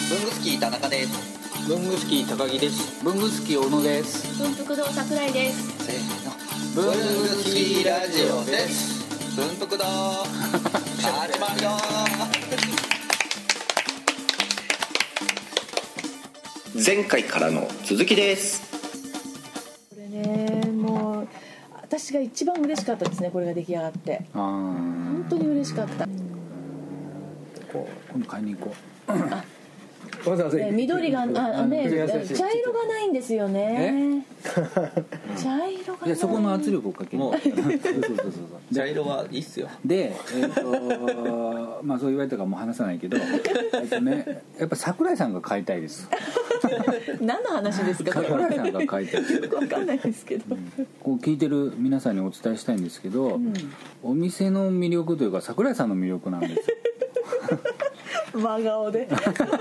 文具スキー田中です。 文具スキー高木です。文具スキー小野です。 文福堂桜井です。 せーの、文具スキーラジオです。文福堂始まるよ前回からの続きです。 これね、もう私が一番嬉しかったですね、これが出来上がって。本当に嬉しかった。 今度買いに行こう。 緑が茶色がないんですよね。茶色がない。 そこの圧力をかける。もうそう茶色はいいっすよ。 で、まあそう言われたからもう話さないけど、やっぱ桜井さんが買いたいです。 何の話ですか？ 桜井さんが買いたい。 よくわかんないですけど。 こう聞いてる皆さんにお伝えしたいんですけど、お店の魅力というか桜井さんの魅力なんですよ。 真顔で。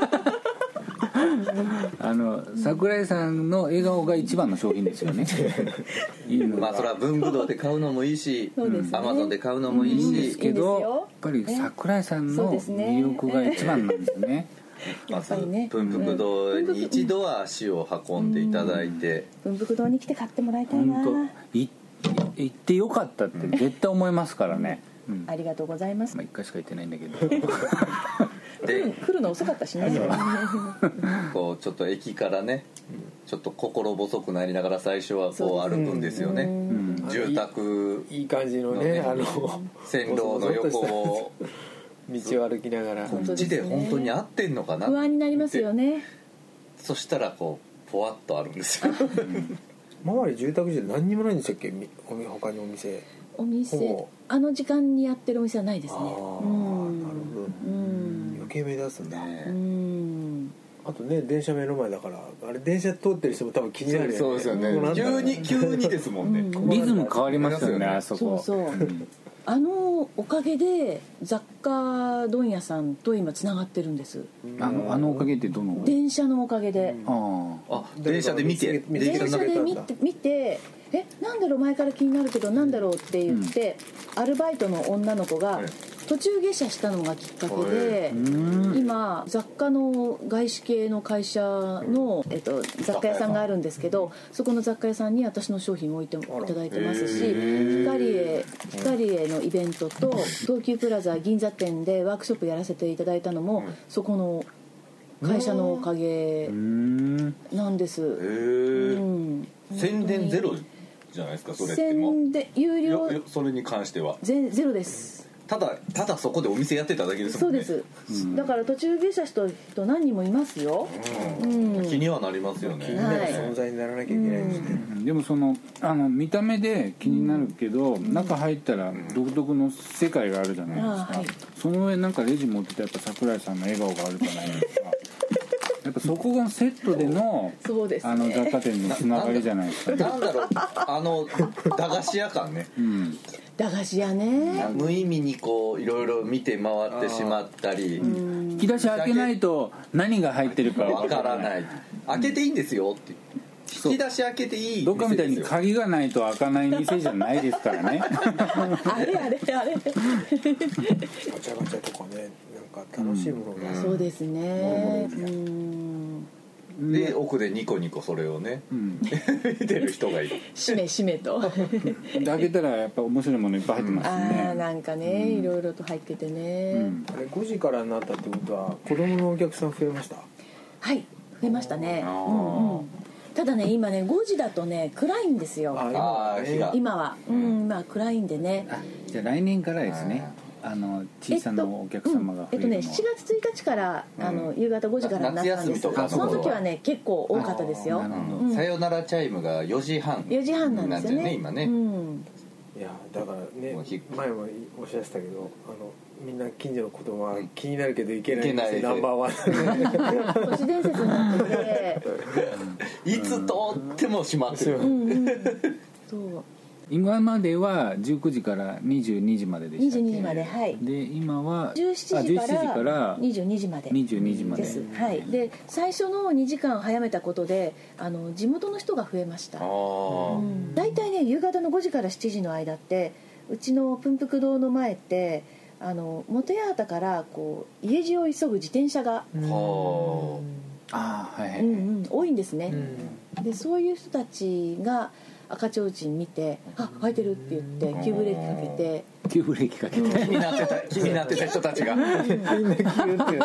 桜井さんの笑顔が一番の商品ですよね。 まあそれは文具堂で買うのもいいし、アマゾンで買うのもいいし、 ですけど、やっぱり桜井さんの魅力が一番なんですね。 まず文福堂に一度は足を運んでいただいて、 文福堂に来て買ってもらいたいな。 行ってよかったって絶対思いますからね。 ありがとうございます。 1回しか行ってないんだけど。 で来るの遅かったしね。 こうちょっと駅からね、ちょっと心細くなりながら最初はこう歩くんですよね。住宅いい感じのね、 線路の横を道を歩きながら、 こっちで本当に合ってんのかな、 不安になりますよね。 そしたらこうポワッとあるんですよ。 周り住宅地で何にもないんでしたっけ？他にお店あの時間にやってるお店はないですね。 なるほど。余計目立つんだ。あとね、電車目の前だから、あれ電車通ってる人も多分気になるよね。 そうですよね。急にですもんね。 リズム変わりますよね、あそこ。 そうおかげで雑貨問屋さんと今つながってるんです。 あのおかげってどの？ 電車のおかげで。 電車で見てなんだろう、前から気になるけどなんだろうって言って、アルバイトの女の子が途中下車したのがきっかけで、今雑貨の外資系の会社の、雑貨屋さんがあるんですけど、そこの雑貨屋さんに私の商品を置いていただいてますし、光栄のイベントと東急プラザ銀座店でワークショップやらせていただいたのも、そこの会社のおかげなんです。 宣伝ゼロじゃないですか、それってもう宣伝有料、 それに関してはゼロです。ただそこでお店やってただけですもんね。 そうです、だから途中下車した人何人もいますよ。 気にはなりますよね。 気になる存在にならなきゃいけないんですね。 でも見た目で気になるけど、中入ったら独特の世界があるじゃないですか。その上なんかレジ持っててやっぱ桜井さんの笑顔があるじゃないですか。やっぱそこがセットでの雑貨店のつながりじゃないですか。 なんだろう、駄菓子屋感ね。 駄菓子屋ね。 無意味にこういろいろ見て回ってしまったり、 引き出し開けないと何が入ってるかわからない。開けていいんですよって。引き出し開けていい店ですよ。 どっかみたいに鍵がないと開かない店じゃないですからね。 あれガチャガチャとかね、なんか楽しいものが、 そうですね。 で奥でニコニコそれをね、見てる人がいる。しめと開けたらやっぱ面白いものいっぱい入ってますね。 なんかね、いろいろと入っててね。 あれ5時からになったってことは子供のお客さん増えました？ はい、増えましたね。ただね、今ね5時だとね暗いんですよ。今は今暗いんでね。 じゃあ来年からですね、小さなお客様が増えるのは、 7月1日から夕方5時からになったんですが、その時はね結構多かったですよ。 さよならチャイムが4時半なんですよね、 今ね。 いやだからね、前もおっしゃってたけど、みんな近所の子供は気になるけど行けないんですよ、ナンバーワン。 都市伝説になってて、 いつ通っても閉まってる。 そう今までは19時から22時まででしたっけ？ 22時まで、はい。 で今は 17時から22時までです。はい。で最初の2時間早めたことで地元の人が増えました。だいたいね夕方の5時から7時の間ってうちの文福堂の前って元八幡からこう家路を急ぐ自転車が、多いんですね、でそういう人たちが赤ちょうちん見て「あ開いてる」って言って急ブレーキかけて急ブレーキかけて気になってた人たちがみんなキューって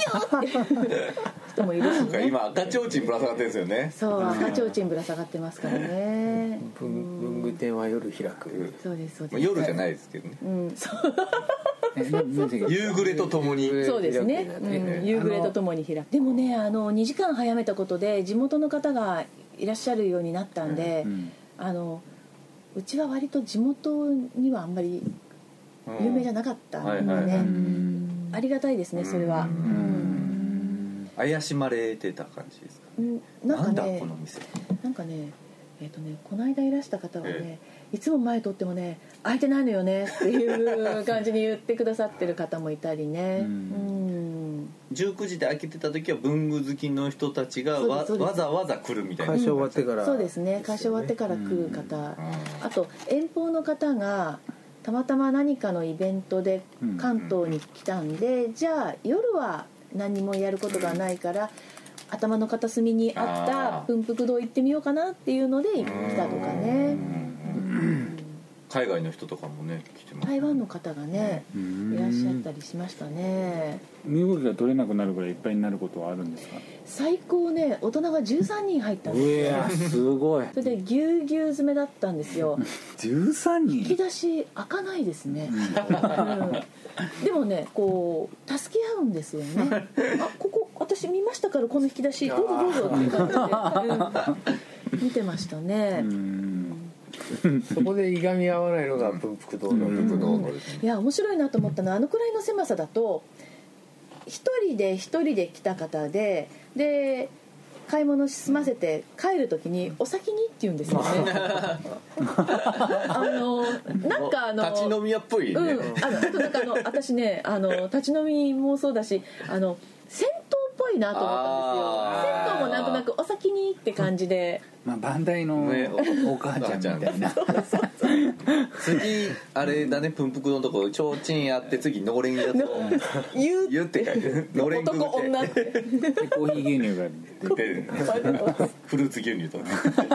人もいるしね。 今赤ちょうちんぶら下がってるんですよね。 そう赤ちょうちんぶら下がってますからね。 文具店は夜開く。 そうですそうです。 夜じゃないですけどね。 そう夕暮れとともに。 そうですね、夕暮れとともに開く。でもね2時間早めたことで地元の方がいらっしゃるようになったんで、うちは割と地元にはあんまり有名じゃなかったのでね、ありがたいですねそれは。 怪しまれてた感じですかね。 なんだこの店。 なんかねこの間いらした方はね、いつも前撮ってもね開いてないのよねっていう感じに言ってくださってる方もいたりね。 19時で開けてた時は文具好きの人たちがわざわざ来るみたいな。 会社終わってから。 そうですね、会社終わってから来る方、あと遠方の方がたまたま何かのイベントで関東に来たんで、じゃあ夜は何もやることがないから頭の片隅にあった文福堂行ってみようかなっていうので来たとかね。 海外の人とかもね来てます。 台湾の方がねいらっしゃったりしましたね。 身動きが取れなくなるぐらいいっぱいになることはあるんですか？ 最高ね大人が13人入ったんですよ。 すごい。 それでぎゅうぎゅう詰めだったんですよ。 13人。 引き出し開かないですね。でもねこう助け合うんですよね。あここ私見ましたからこの引き出しどうぞどうぞっていう感じで見てましたね。 そこでいがみ合わないのが文福堂の文福堂の。 いや面白いなと思ったのはくらいの狭さだと一人で来た方で買い物済ませて帰る時にお先にって言うんですよね。なんか立ち飲み屋っぽいね。 あとなんか私ね立ち飲みもそうだし銭湯っぽいなと思ったんですよ。銭湯もなんとなくお先にって感じで、 バンダイのお母ちゃんみたいな。 次あれだね、プンプクのとこちょうちんやって次のれんだと言って書いてる。のれん男女ってコーヒー牛乳が出てる。フルーツ牛乳と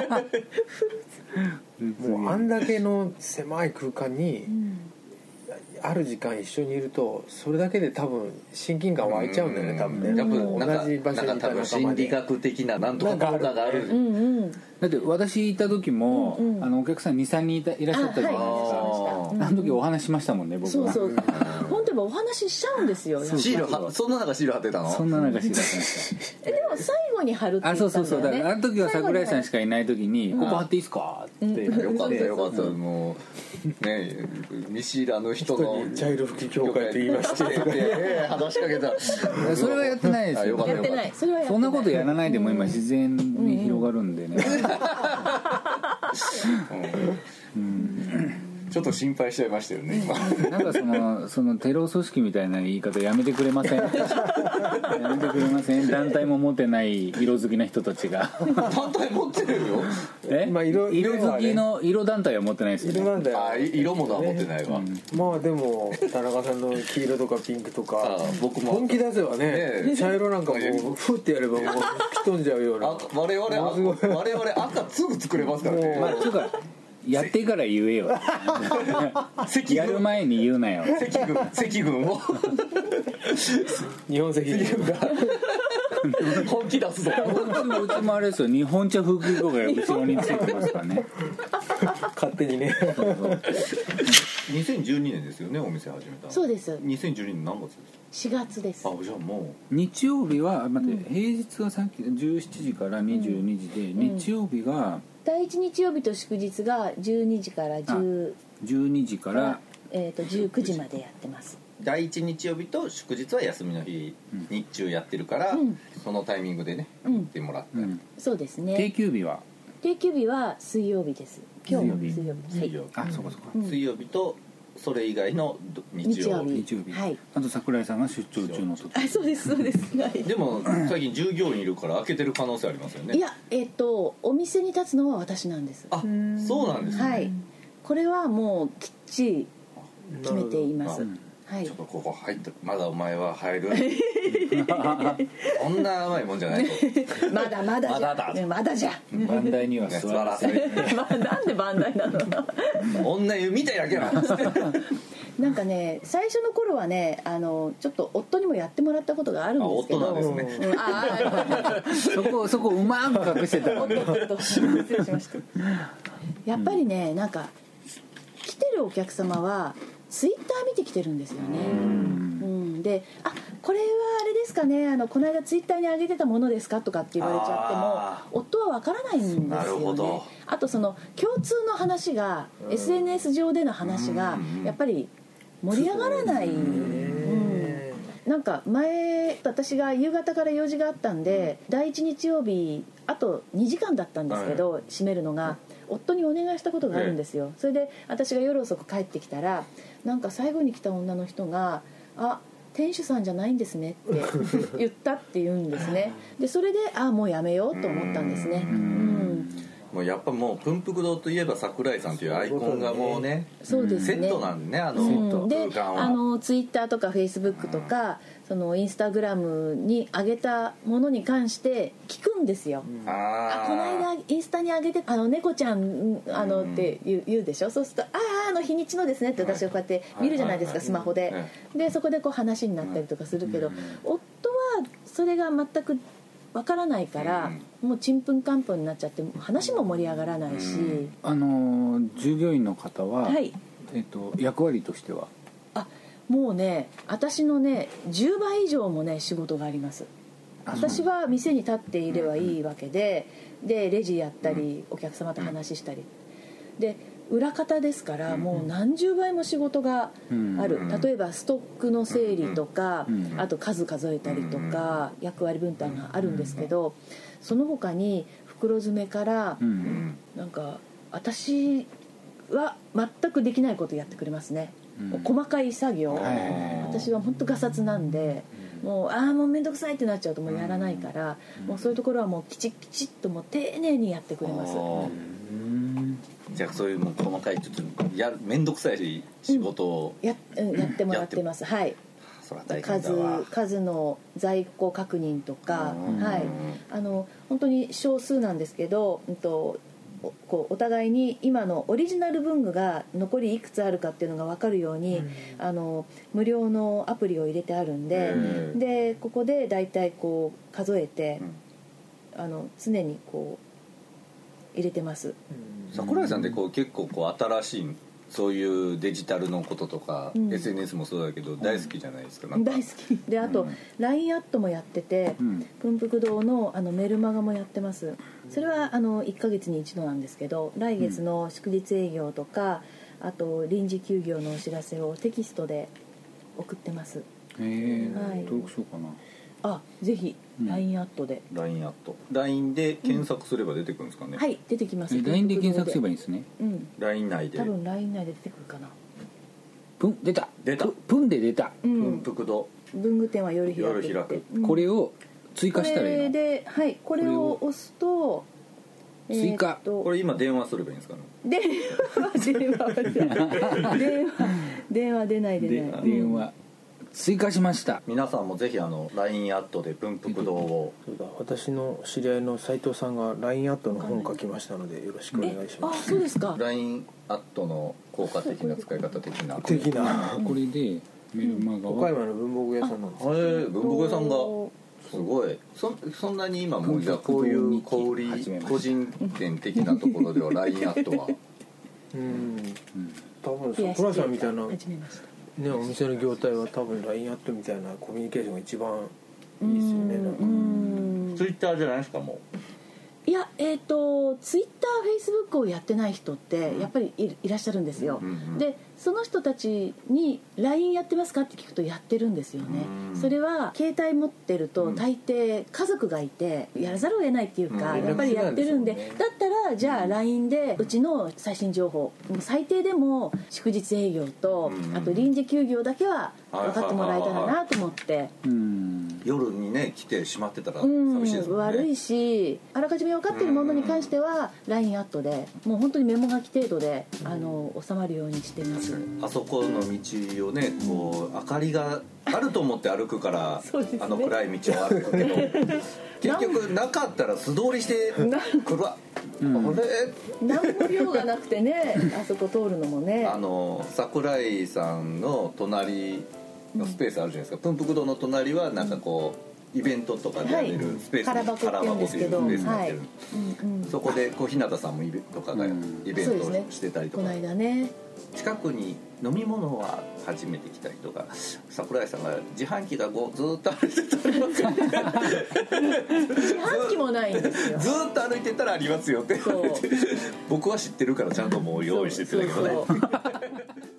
もうあんだけの狭い空間にある時間一緒にいるとそれだけで多分親近感湧いちゃうんだよね。多分ね同じ場所にいた仲間で心理学的ななんとか効果がある。 だって私いた時もお客さん 2,3 人いらっしゃったじゃないですか。あの時お話しましたもんね僕は。 そう本当にお話ししちゃうんですよ。 シールそんな中シール貼ってたの？ そんな中シール貼ってました。 でも最後に貼るって言ったんだよね。 そうだからあの時は桜井さんしかいない時にここ貼っていいですかってよかったもうね見知らぬ人の茶色吹き協会と言いまして話しかけた。 それはやってないですよ。 やってない。それはやってない。 そんなことやらないでも今自然に広がるんでね。 ちょっと心配しちゃいましたよね今。 なんかそのテロ組織みたいな言い方やめてくれません？やめてくれません？団体も持ってない色好きな人たちが。 団体持ってるよ。 色好きの色団体は持ってないですよね。 色物は持ってないわ。 まあでも田中さんの黄色とかピンクとか僕も本気出せばね茶色なんかもうフッてやればもう吹き飛んじゃうような。 我々赤すぐ作れますからね。 やってから言えよ。やる前に言うなよ。 赤軍を日本赤軍が本気出すぞ。 うちもあれですよ、日本茶風紀語が後ろについてますからね。 勝手にね。 2012年ですよねお店始めた。 そうです。 2012年何月ですか？4月です。 じゃあもう日曜日は平日はさっき17時から22時で、日曜日が第1日曜日と祝日が12時から 12時から 19時までやってます。 第1日曜日と祝日は休みの日、日中やってるから、そのタイミングでね行ってもらって、 そうですね。 定休日は水曜日です。今日も水曜日。 そうか水曜日とそれ以外の日曜日。 はい。 あと桜井さんが出張中の時。 そうです。 でも最近従業員いるから開けてる可能性ありますよね。 いやお店に立つのは私なんです。 そうなんですね。 はい。これはもうきっちり決めています。 はい、 ちょっとここ入ってまだお前は入るそんな甘いもんじゃないとまだまだじゃまだじゃバンダイには座らせるなんでバンダイなの女湯見たやけななんかね最初の頃はねちょっと夫にもやってもらったことがあるんですけど、 夫なんですね、 そこうまく隠してたのね失礼しましたやっぱりねなんか来てるお客様はツイッター見てきてるんですよね、でこれはあれですかねこの間ツイッターに上げてたものですかとかって言われちゃっても夫は分からないんですよね。 なるほど。 あとその共通の話が、SNS 上での話がやっぱり盛り上がらない、なんか前私が夕方から用事があったんで第1日曜日あと2時間だったんですけど、閉めるのが夫にお願いしたことがあるんですよ。それで私が夜遅く帰ってきたらなんか最後に来た女の人が店主さんじゃないんですねって言ったって言うんですね。でそれでもうやめようと思ったんですね。 もうやっぱもう文福堂といえば桜井さんというアイコンがもうね、 そうですね、 セットなんでねでツイッターとかフェイスブックとか、そのインスタグラムに上げたものに関して聞くんですよ。この間インスタに上げて猫ちゃんって言うでしょ。そうすると日にちのですねって私はこうやって見るじゃないですか、スマホで。でそこでこう話になったりとかするけど、夫はそれが全くわからないから、もうちんぷんかんぷんになっちゃって話も盛り上がらないし、 従業員の方は、役割としてはもうね私のね10倍以上もね仕事があります。私は店に立っていればいいわけで、レジやったりお客様と話したりで裏方ですからもう何十倍も仕事がある。例えばストックの整理とか、あと数数えたりとか役割分担があるんですけど、その他に袋詰めからなんか私は全くできないことやってくれますね。細かい作業、私は本当ガサツなんでもうめんどくさいってなっちゃうともうやらないから、もうそういうところはもうきちっともう丁寧にやってくれます。 じゃあそういうもう細かいちょっとめんどくさい仕事をやってもらってます。はい。 それは大変だわ。 数の在庫確認とか、本当に少数なんですけど、こうお互いに今のオリジナル文具が残りいくつあるかっていうのが分かるように、無料のアプリを入れてあるんで、ここでだいたいこう数えて、常にこう入れてます。 桜井さんって結構新しいそういうデジタルのこととか、SNS もそうだけど大好きじゃないですか。 大好きで、あと LINE アットもやってて、文福堂のメルマガもやってます。それは1ヶ月に一度なんですけど、来月の祝日営業とか、あと臨時休業のお知らせをテキストで送ってます。 登録しようかな。 ぜひ LINE アットで、 LINE で検索すれば出てくるんですかね。 はい、出てきます。 LINE で検索すればいいんですね。 LINE 内で多分 LINE 内で出てくるかな。 出たプンで出た。 文福堂文具店は夜開く。 これを追加したらいいの。 これを押すと追加。 これ今電話すればいいんですかね。 電話出ない。 電話追加しました。 皆さんもぜひLINE アットで文福堂を。 そうだ、私の知り合いの斉藤さんが LINE アットの本を書きましたのでよろしくお願いします。 そうですか。 LINE アットの効果的な使い方的なこれでメルマガ岡山の文房具屋さんなんです。 文房具屋さんがすごい。そんなに今もうじゃあこういう小売個人店的なところでは LINE アットは多分桜井さんみたいな始めましたね、お店の業態は多分 LINE アットみたいなコミュニケーションが一番いいですよね。 ツイッターじゃないですか。もういやツイッターフェイスブックをやってない人ってやっぱりいらっしゃるんですよ。でその人たちに LINE やってますかって聞くとやってるんですよね。それは携帯持ってると大抵家族がいてやらざるを得ないっていうか、やっぱりやってるんで、だったらじゃあ LINE でうちの最新情報、最低でも祝日営業とあと臨時休業だけは分かってもらえたらなと思って。 夜にね来てしまってたら寂しいですもんね、 悪いし、あらかじめ分かってるものに関しては LINE アットでもう本当にメモ書き程度で収まるようにしてます。 あそこの道をねこう明かりがあると思って歩くからね、 暗い道を歩くけど結局なかったら素通りしてくるわ、あれ何も量がなくてねあそこ通るのもね桜井さんの隣のスペースあるじゃないですか、プンプク堂の隣はなんかこうイベントとかでやれるスペース、 空箱って言うんですけど、 スペースになってる、そこでこう日向さんもとかがイベントをしてたりとか、 この間ね近くに飲み物は初めて来た人が桜井さんが自販機がずっと歩いてたら自販機もないんですよずっと歩いてたらありますよって僕は知ってるからちゃんともう用意しててだけどね